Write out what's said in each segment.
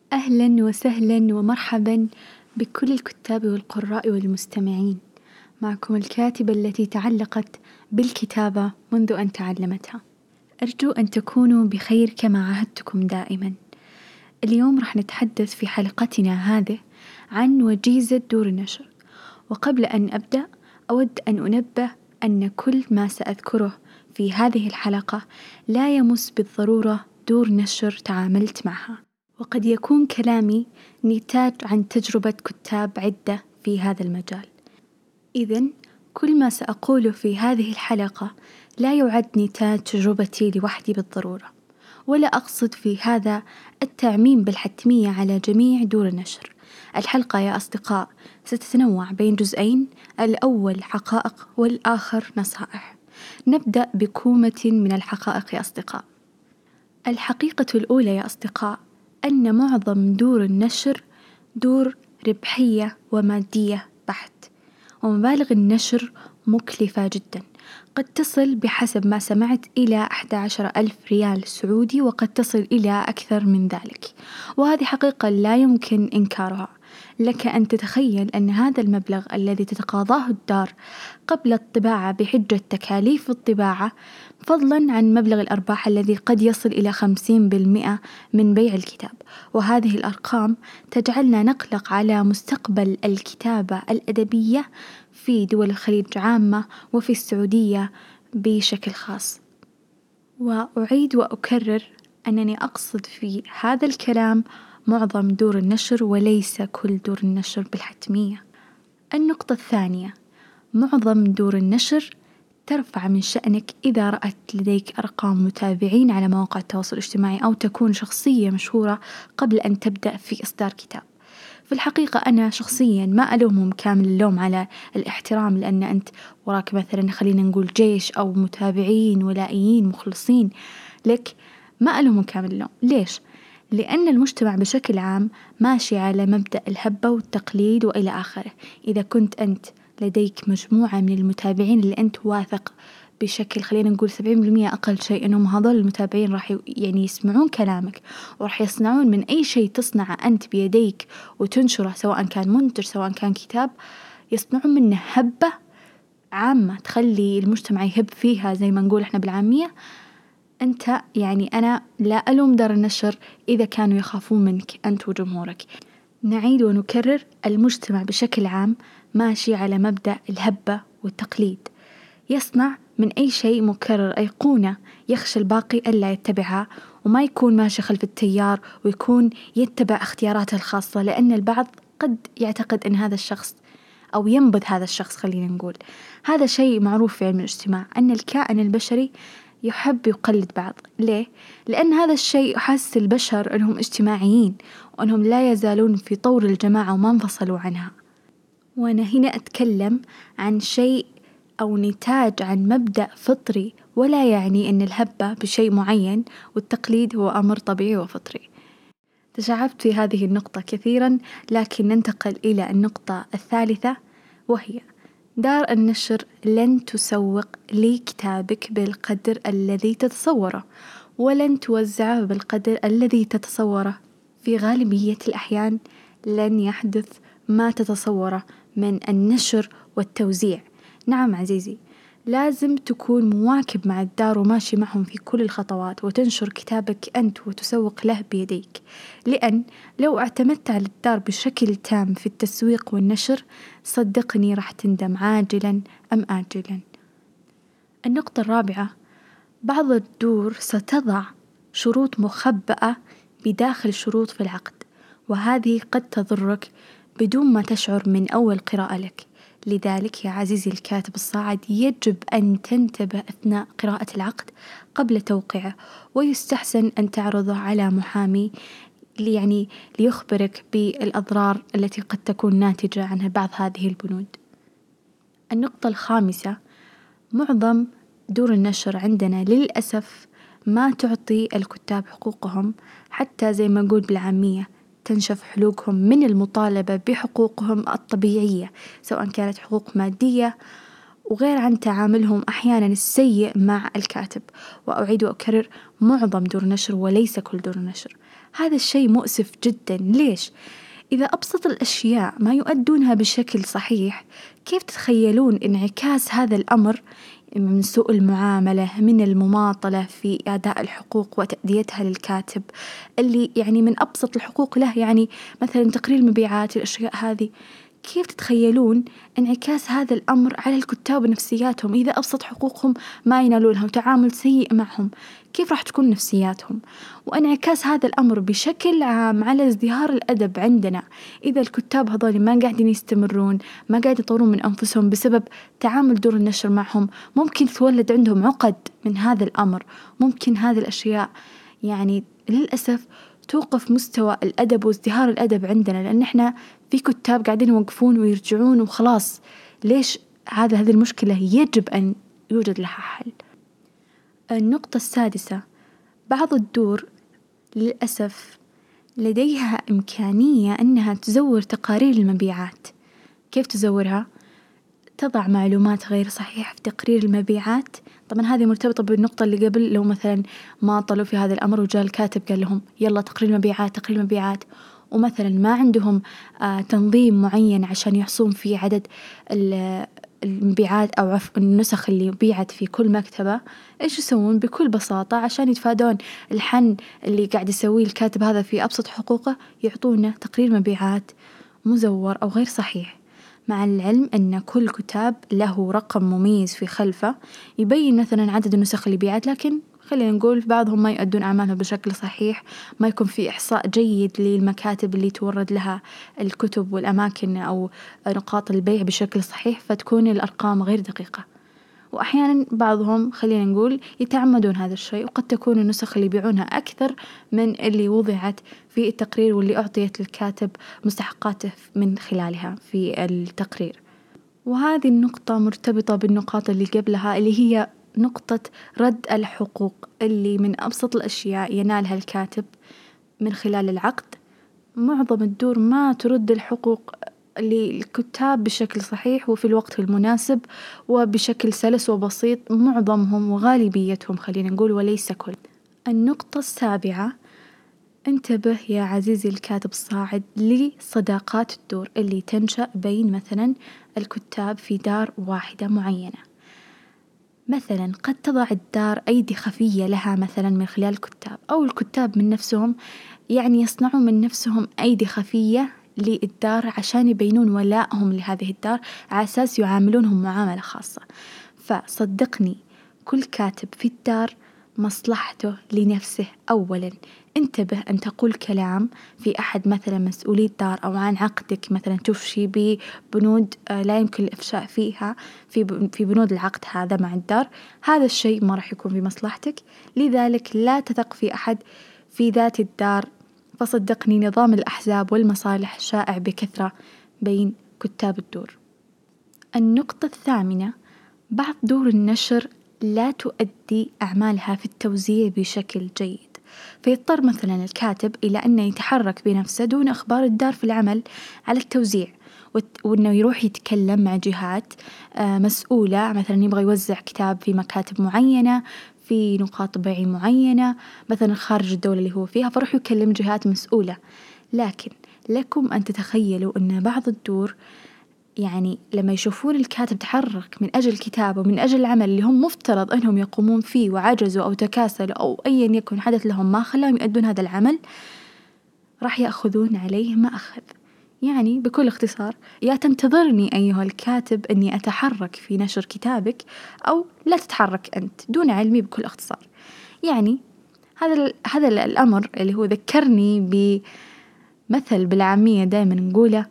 أهلا وسهلا ومرحبا بكل الكتاب والقراء والمستمعين. معكم الكاتبة التي تعلقت بالكتابة منذ أن تعلمتها. أرجو أن تكونوا بخير كما عهدتكم دائما. اليوم راح نتحدث في حلقتنا هذه عن وجيزة دور النشر، وقبل أن أبدأ أود أن أنبه أن كل ما سأذكره في هذه الحلقة لا يمس بالضرورة دور نشر تعاملت معها، وقد يكون كلامي نتاج عن تجربة كتاب عدة في هذا المجال. إذن كل ما سأقوله في هذه الحلقة لا يعد نتاج تجربتي لوحدي بالضرورة، ولا أقصد في هذا التعميم بالحتمية على جميع دور النشر. الحلقة يا أصدقاء ستتنوع بين جزئين، الأول حقائق والآخر نصائح. نبدأ بكومة من الحقائق يا أصدقاء. الحقيقة الأولى يا أصدقاء أن معظم دور النشر دور ربحية ومادية بحت، ومبالغ النشر مكلفة جدا، قد تصل بحسب ما سمعت إلى 11,000 ريال سعودي، وقد تصل إلى أكثر من ذلك، وهذه حقيقة لا يمكن إنكارها. لك أن تتخيل أن هذا المبلغ الذي تتقاضاه الدار قبل الطباعة بحجة تكاليف الطباعة، فضلا عن مبلغ الأرباح الذي قد يصل إلى 50% من بيع الكتاب، وهذه الأرقام تجعلنا نقلق على مستقبل الكتابة الأدبية في دول الخليج عامة وفي السعودية بشكل خاص. وأعيد وأكرر أنني أقصد في هذا الكلام معظم دور النشر وليس كل دور النشر بالحتمية. النقطة الثانية، معظم دور النشر ترفع من شأنك إذا رأت لديك أرقام متابعين على مواقع التواصل الاجتماعي أو تكون شخصية مشهورة قبل أن تبدأ في إصدار كتاب. في الحقيقة أنا شخصيا ما ألومهم كامل اللوم على الاحترام، لأن أنت وراك مثلا خلينا نقول جيش أو متابعين ولائيين مخلصين لك، ما ألومهم كامل اللوم. ليش؟ لأن المجتمع بشكل عام ماشي على مبدأ الهبة والتقليد وإلى آخره. إذا كنت أنت لديك مجموعة من المتابعين اللي أنت واثق بشكل خلينا نقول 70% أقل شيء أنهم هذول المتابعين راح يعني يسمعون كلامك وراح يصنعون من أي شيء تصنعه أنت بيديك وتنشره، سواء كان منتج سواء كان كتاب، يصنعون منه هبة عامة تخلي المجتمع يهب فيها زي ما نقول إحنا بالعامية. أنت يعني أنا لا ألوم دار النشر إذا كانوا يخافون منك أنت وجمهورك. نعيد ونكرر، المجتمع بشكل عام ماشي على مبدأ الهبة والتقليد، يصنع من أي شيء مكرر أيقونة يخشى الباقي ألا يتبعها، وما يكون ماشي خلف التيار ويكون يتبع اختياراته الخاصة، لأن البعض قد يعتقد أن هذا الشخص أو ينبذ هذا الشخص. خلينا نقول هذا شيء معروف في علم الاجتماع، أن الكائن البشري يحب يقلد بعض. ليه؟ لأن هذا الشيء يحسس البشر أنهم اجتماعيين وأنهم لا يزالون في طور الجماعة وما انفصلوا عنها. وأنا هنا أتكلم عن شيء أو نتاج عن مبدأ فطري، ولا يعني أن الهبة بشيء معين والتقليد هو أمر طبيعي وفطري. تشعبت في هذه النقطة كثيرا، لكن ننتقل إلى النقطة الثالثة، وهي دار النشر لن تسوق لكتابك بالقدر الذي تتصوره، ولن توزعه بالقدر الذي تتصوره. في غالبية الأحيان لن يحدث ما تتصوره من النشر والتوزيع. نعم عزيزي، لازم تكون مواكب مع الدار وماشي معهم في كل الخطوات، وتنشر كتابك أنت وتسوق له بيديك، لأن لو اعتمدت على الدار بشكل تام في التسويق والنشر صدقني راح تندم عاجلا أم آجلا. النقطة الرابعة، بعض الدور ستضع شروط مخبأة بداخل شروط في العقد، وهذه قد تضرك بدون ما تشعر من أول قراءة لك. لذلك يا عزيزي الكاتب الصاعد يجب أن تنتبه أثناء قراءة العقد قبل توقيعه، ويستحسن أن تعرضه على محامي ليخبرك بالأضرار التي قد تكون ناتجة عن بعض هذه البنود. النقطة الخامسة، معظم دور النشر عندنا للأسف ما تعطي الكتاب حقوقهم، حتى زي ما نقول بالعامية تنشف حلوقهم من المطالبة بحقوقهم الطبيعية، سواء كانت حقوق مادية وغير عن تعاملهم أحيانا السيء مع الكاتب. وأعيد وأكرر، معظم دور نشر وليس كل دور نشر. هذا الشيء مؤسف جدا. ليش؟ إذا أبسط الأشياء ما يؤدونها بشكل صحيح، كيف تتخيلون انعكاس هذا الأمر من سوء المعاملة، من المماطلة في أداء الحقوق وتأديتها للكاتب، اللي يعني من أبسط الحقوق له يعني مثلا تقرير المبيعات، الأشياء هذه. كيف تتخيلون انعكاس هذا الأمر على الكتاب ونفسياتهم؟ إذا أبسط حقوقهم ما ينالونها وتعامل سيء معهم، كيف راح تكون نفسياتهم؟ وانعكاس هذا الأمر بشكل عام على ازدهار الأدب عندنا. إذا الكتاب هذول ما قاعدين يستمرون، ما قاعد يطورون من أنفسهم بسبب تعامل دور النشر معهم، ممكن تولد عندهم عقد من هذا الأمر. ممكن هذه الأشياء يعني للأسف توقف مستوى الأدب وازدهار الأدب عندنا، لأن إحنا في كتاب قاعدين يوقفون ويرجعون وخلاص. ليش؟ هذه المشكلة يجب أن يوجد لها حل. النقطة السادسة، بعض الدور للأسف لديها إمكانية أنها تزور تقارير المبيعات. كيف تزورها؟ تضع معلومات غير صحيحة في تقرير المبيعات. طبعا هذه مرتبطة بالنقطة اللي قبل، لو مثلا ما طلوا في هذا الأمر وجاء الكاتب قال لهم يلا تقرير مبيعات تقرير مبيعات، ومثلا ما عندهم تنظيم معين عشان يحصون في عدد المبيعات أو النسخ اللي بيعت في كل مكتبة، إيش يسوون بكل بساطة عشان يتفادون الحن اللي قاعد يسويه الكاتب هذا في أبسط حقوقه؟ يعطونا تقرير مبيعات مزور أو غير صحيح، مع العلم أن كل كتاب له رقم مميز في خلفه يبين مثلا عدد النسخ اللي بيعت، لكن خلينا نقول بعضهم ما يؤدون أعمالهم بشكل صحيح، ما يكون في إحصاء جيد للمكاتب اللي تورد لها الكتب والأماكن أو نقاط البيع بشكل صحيح، فتكون الأرقام غير دقيقة. وأحيانا بعضهم خلينا نقول يتعمدون هذا الشيء، وقد تكون النسخ اللي يبيعونها أكثر من اللي وضعت في التقرير واللي أعطيت للكاتب مستحقاته من خلالها في التقرير. وهذه النقطة مرتبطة بالنقاط اللي قبلها، اللي هي نقطة رد الحقوق، اللي من أبسط الأشياء ينالها الكاتب من خلال العقد. معظم الدور ما ترد الحقوق للكتاب بشكل صحيح وفي الوقت المناسب وبشكل سلس وبسيط، معظمهم وغالبيتهم خلينا نقول وليس كل. النقطة السابعة، انتبه يا عزيزي الكاتب الصاعد لصداقات الدور اللي تنشأ بين مثلا الكتاب في دار واحدة معينة. مثلا قد تضع الدار أيدي خفية لها مثلا من خلال الكتاب، أو الكتاب من نفسهم يعني يصنعون من نفسهم أيدي خفية للدار عشان يبينون ولائهم لهذه الدار، على أساس يعاملونهم معاملة خاصة. فصدقني كل كاتب في الدار مصلحته لنفسه أولا. انتبه أن تقول كلام في أحد مثلا مسؤولي الدار أو عن عقدك، مثلا تفشي ببنود لا يمكن الإفشاء فيها في بنود العقد هذا مع الدار، هذا الشيء ما راح يكون في مصلحتك. لذلك لا تثق في أحد في ذات الدار. فصدقني نظام الأحزاب والمصالح شائع بكثرة بين كتاب الدور. النقطة الثامنة، بعض دور النشر لا تؤدي أعمالها في التوزيع بشكل جيد، فيضطر مثلا الكاتب إلى أنه يتحرك بنفسه دون إخبار الدار في العمل على التوزيع، وأنه يروح يتكلم مع جهات مسؤولة، مثلا يبغى يوزع كتاب في مكاتب معينة في نقاط بيع معينة مثلا خارج الدولة اللي هو فيها، فروح يكلم جهات مسؤولة. لكن لكم أن تتخيلوا أن بعض الدور يعني لما يشوفون الكاتب تحرك من أجل الكتابة ومن أجل العمل اللي هم مفترض أنهم يقومون فيه وعجزوا أو تكاسلوا أو أيا يكن حدث لهم ما خلاهم يؤدون هذا العمل، راح يأخذون عليه ما أخذ. يعني بكل اختصار، يا تنتظرني أيها الكاتب أني أتحرك في نشر كتابك، أو لا تتحرك أنت دون علمي بكل اختصار. يعني هذا الأمر اللي هو ذكرني بمثل بالعامية دائما نقوله: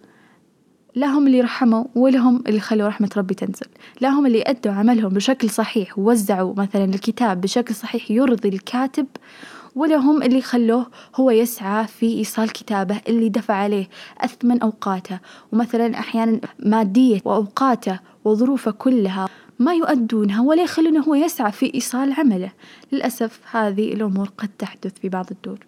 لهم اللي رحموا ولهم اللي خلوا رحمة ربي تنزل. لهم اللي أدوا عملهم بشكل صحيح ووزعوا مثلا الكتاب بشكل صحيح يرضي الكاتب، ولهم اللي خلوه هو يسعى في إيصال كتابه اللي دفع عليه أثمن أوقاته ومثلا أحيانا مادية وأوقاته وظروفه كلها ما يؤدونها ولا يخلونه هو يسعى في إيصال عمله. للأسف هذه الأمور قد تحدث في بعض الدور.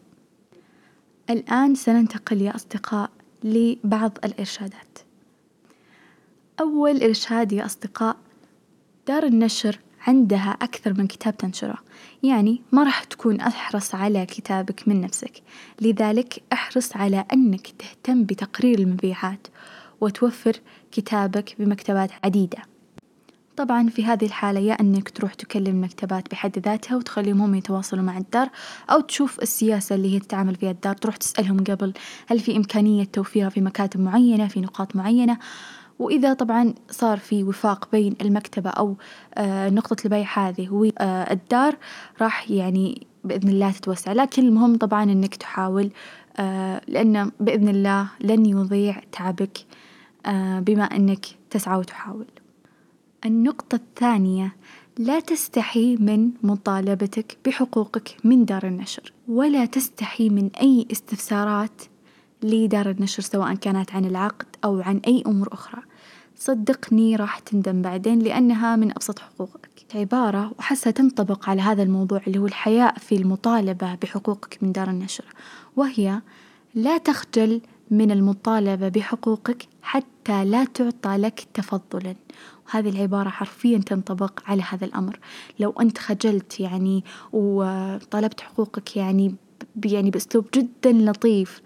الآن سننتقل يا أصدقاء لبعض الإرشادات. أول إرشاد يا أصدقاء، دار النشر عندها أكثر من كتاب تنشره، يعني ما راح تكون أحرص على كتابك من نفسك. لذلك احرص على أنك تهتم بتقرير المبيعات وتوفر كتابك بمكتبات عديدة. طبعا في هذه الحالة يا أنك تروح تكلم المكتبات بحد ذاتها وتخليهم هم يتواصلوا مع الدار، أو تشوف السياسة اللي هي تتعامل فيها الدار، تروح تسألهم قبل هل في إمكانية توفيرها في مكاتب معينة في نقاط معينة. وإذا طبعا صار في وفاق بين المكتبة أو نقطة البيع هذه والدار، راح يعني بإذن الله تتوسع. لكن المهم طبعا أنك تحاول، لأن بإذن الله لن يضيع تعبك بما أنك تسعى وتحاول. النقطة الثانية، لا تستحي من مطالبتك بحقوقك من دار النشر، ولا تستحي من أي استفسارات لدار النشر سواء كانت عن العقد أو عن أي أمور أخرى. صدقني راح تندم بعدين، لأنها من أبسط حقوقك. عبارة وحسها تنطبق على هذا الموضوع اللي هو الحياء في المطالبة بحقوقك من دار النشر، وهي لا تخجل من المطالبة بحقوقك حتى لا تعطى لك تفضلا. وهذه العبارة حرفيا تنطبق على هذا الأمر. لو أنت خجلت يعني وطلبت حقوقك يعني بأسلوب جدا لطيف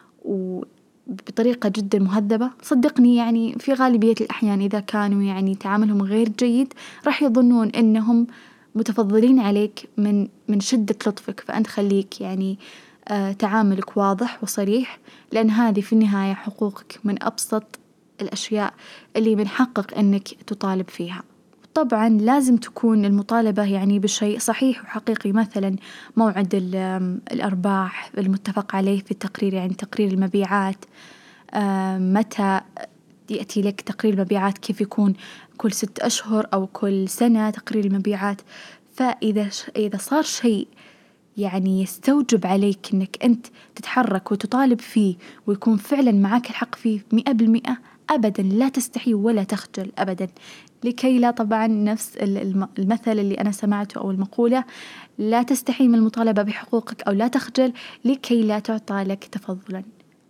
وبطريقة جدا مهذبة، صدقني يعني في غالبية الأحيان إذا كانوا يعني تعاملهم غير جيد راح يظنون أنهم متفضلين عليك من شدة لطفك. فأنت خليك يعني تعاملك واضح وصريح، لأن هذه في النهاية حقوقك، من أبسط الأشياء اللي من حقك أنك تطالب فيها. طبعا لازم تكون المطالبة يعني بشيء صحيح وحقيقي، مثلا موعد الأرباح المتفق عليه في التقرير، يعني تقرير المبيعات، متى يأتي لك تقرير المبيعات، كيف يكون كل 6 أشهر أو كل سنة تقرير المبيعات. فإذا صار شيء يعني يستوجب عليك أنك أنت تتحرك وتطالب فيه ويكون فعلا معك الحق فيه 100%، أبدا لا تستحي ولا تخجل أبدا، لكي لا طبعا نفس المثل اللي أنا سمعته أو المقولة، لا تستحي من المطالبة بحقوقك أو لا تخجل لكي لا تعطى لك تفضلا.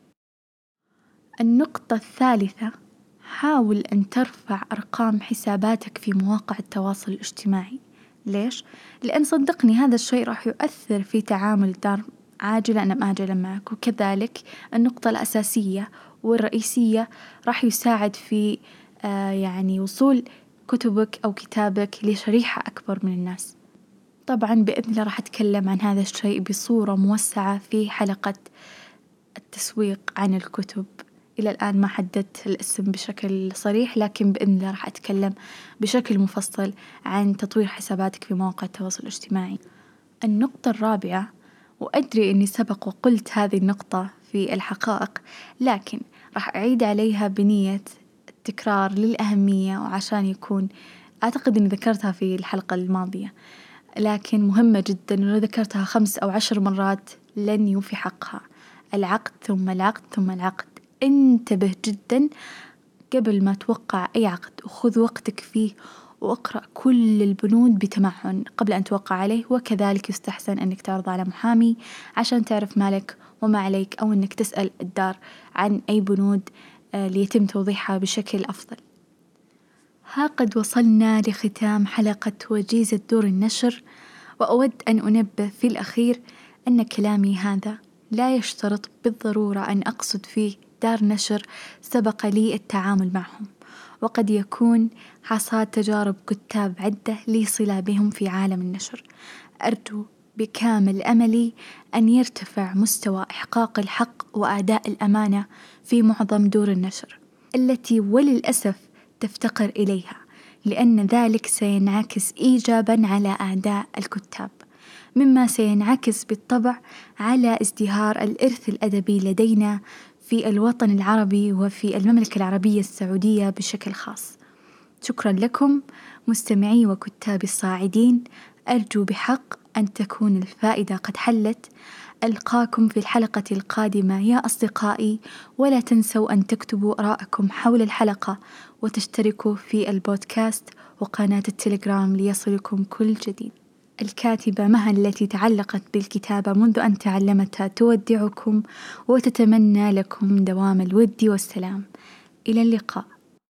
النقطة الثالثة، حاول أن ترفع أرقام حساباتك في مواقع التواصل الاجتماعي. ليش؟ لأن صدقني هذا الشيء راح يؤثر في تعامل الدار عاجلا أم آجلا معك. وكذلك النقطة الأساسية والرئيسية، راح يساعد في يعني وصول كتبك أو كتابك لشريحة أكبر من الناس. طبعا بإذن الله راح أتكلم عن هذا الشيء بصورة موسعة في حلقة التسويق عن الكتب. إلى الآن ما حددت الاسم بشكل صريح، لكن بإذن الله راح أتكلم بشكل مفصل عن تطوير حساباتك في مواقع التواصل الاجتماعي. النقطة الرابعة، وأدري أني سبق وقلت هذه النقطة في الحقائق، لكن راح أعيد عليها بنية التكرار للأهمية، وعشان يكون أعتقد أني ذكرتها في الحلقة الماضية لكن مهمة جدا، ولو ذكرتها 5 أو 10 مرات لن يوفي حقها. العقد ثم العقد ثم العقد. انتبه جدا قبل ما توقع أي عقد، وخذ وقتك فيه واقرأ كل البنود بتمعن قبل أن توقع عليه. وكذلك يستحسن أنك تعرض على محامي عشان تعرف مالك وما عليك، أو أنك تسأل الدار عن أي بنود ليتم توضيحها بشكل أفضل. ها قد وصلنا لختام حلقة وجيزة دور النشر، وأود أن أنبه في الأخير أن كلامي هذا لا يشترط بالضرورة أن أقصد فيه دار نشر سبق لي التعامل معهم، وقد يكون حصاد تجارب كتاب عدة لي صلة بهم في عالم النشر. أرجو بكامل أملي أن يرتفع مستوى إحقاق الحق وأداء الأمانة في معظم دور النشر التي وللأسف تفتقر إليها، لأن ذلك سينعكس إيجابا على أعداء الكتاب، مما سينعكس بالطبع على ازدهار الإرث الأدبي لدينا في الوطن العربي وفي المملكة العربية السعودية بشكل خاص. شكرا لكم مستمعي وكتابي الصاعدين، أرجو بحق أن تكون الفائدة قد حلت. ألقاكم في الحلقة القادمة يا أصدقائي، ولا تنسوا أن تكتبوا آراءكم حول الحلقة وتشتركوا في البودكاست وقناة التليجرام ليصلكم كل جديد. الكاتبة مها التي تعلقت بالكتابة منذ أن تعلمتها تودعكم وتتمنى لكم دوام الود والسلام. إلى اللقاء.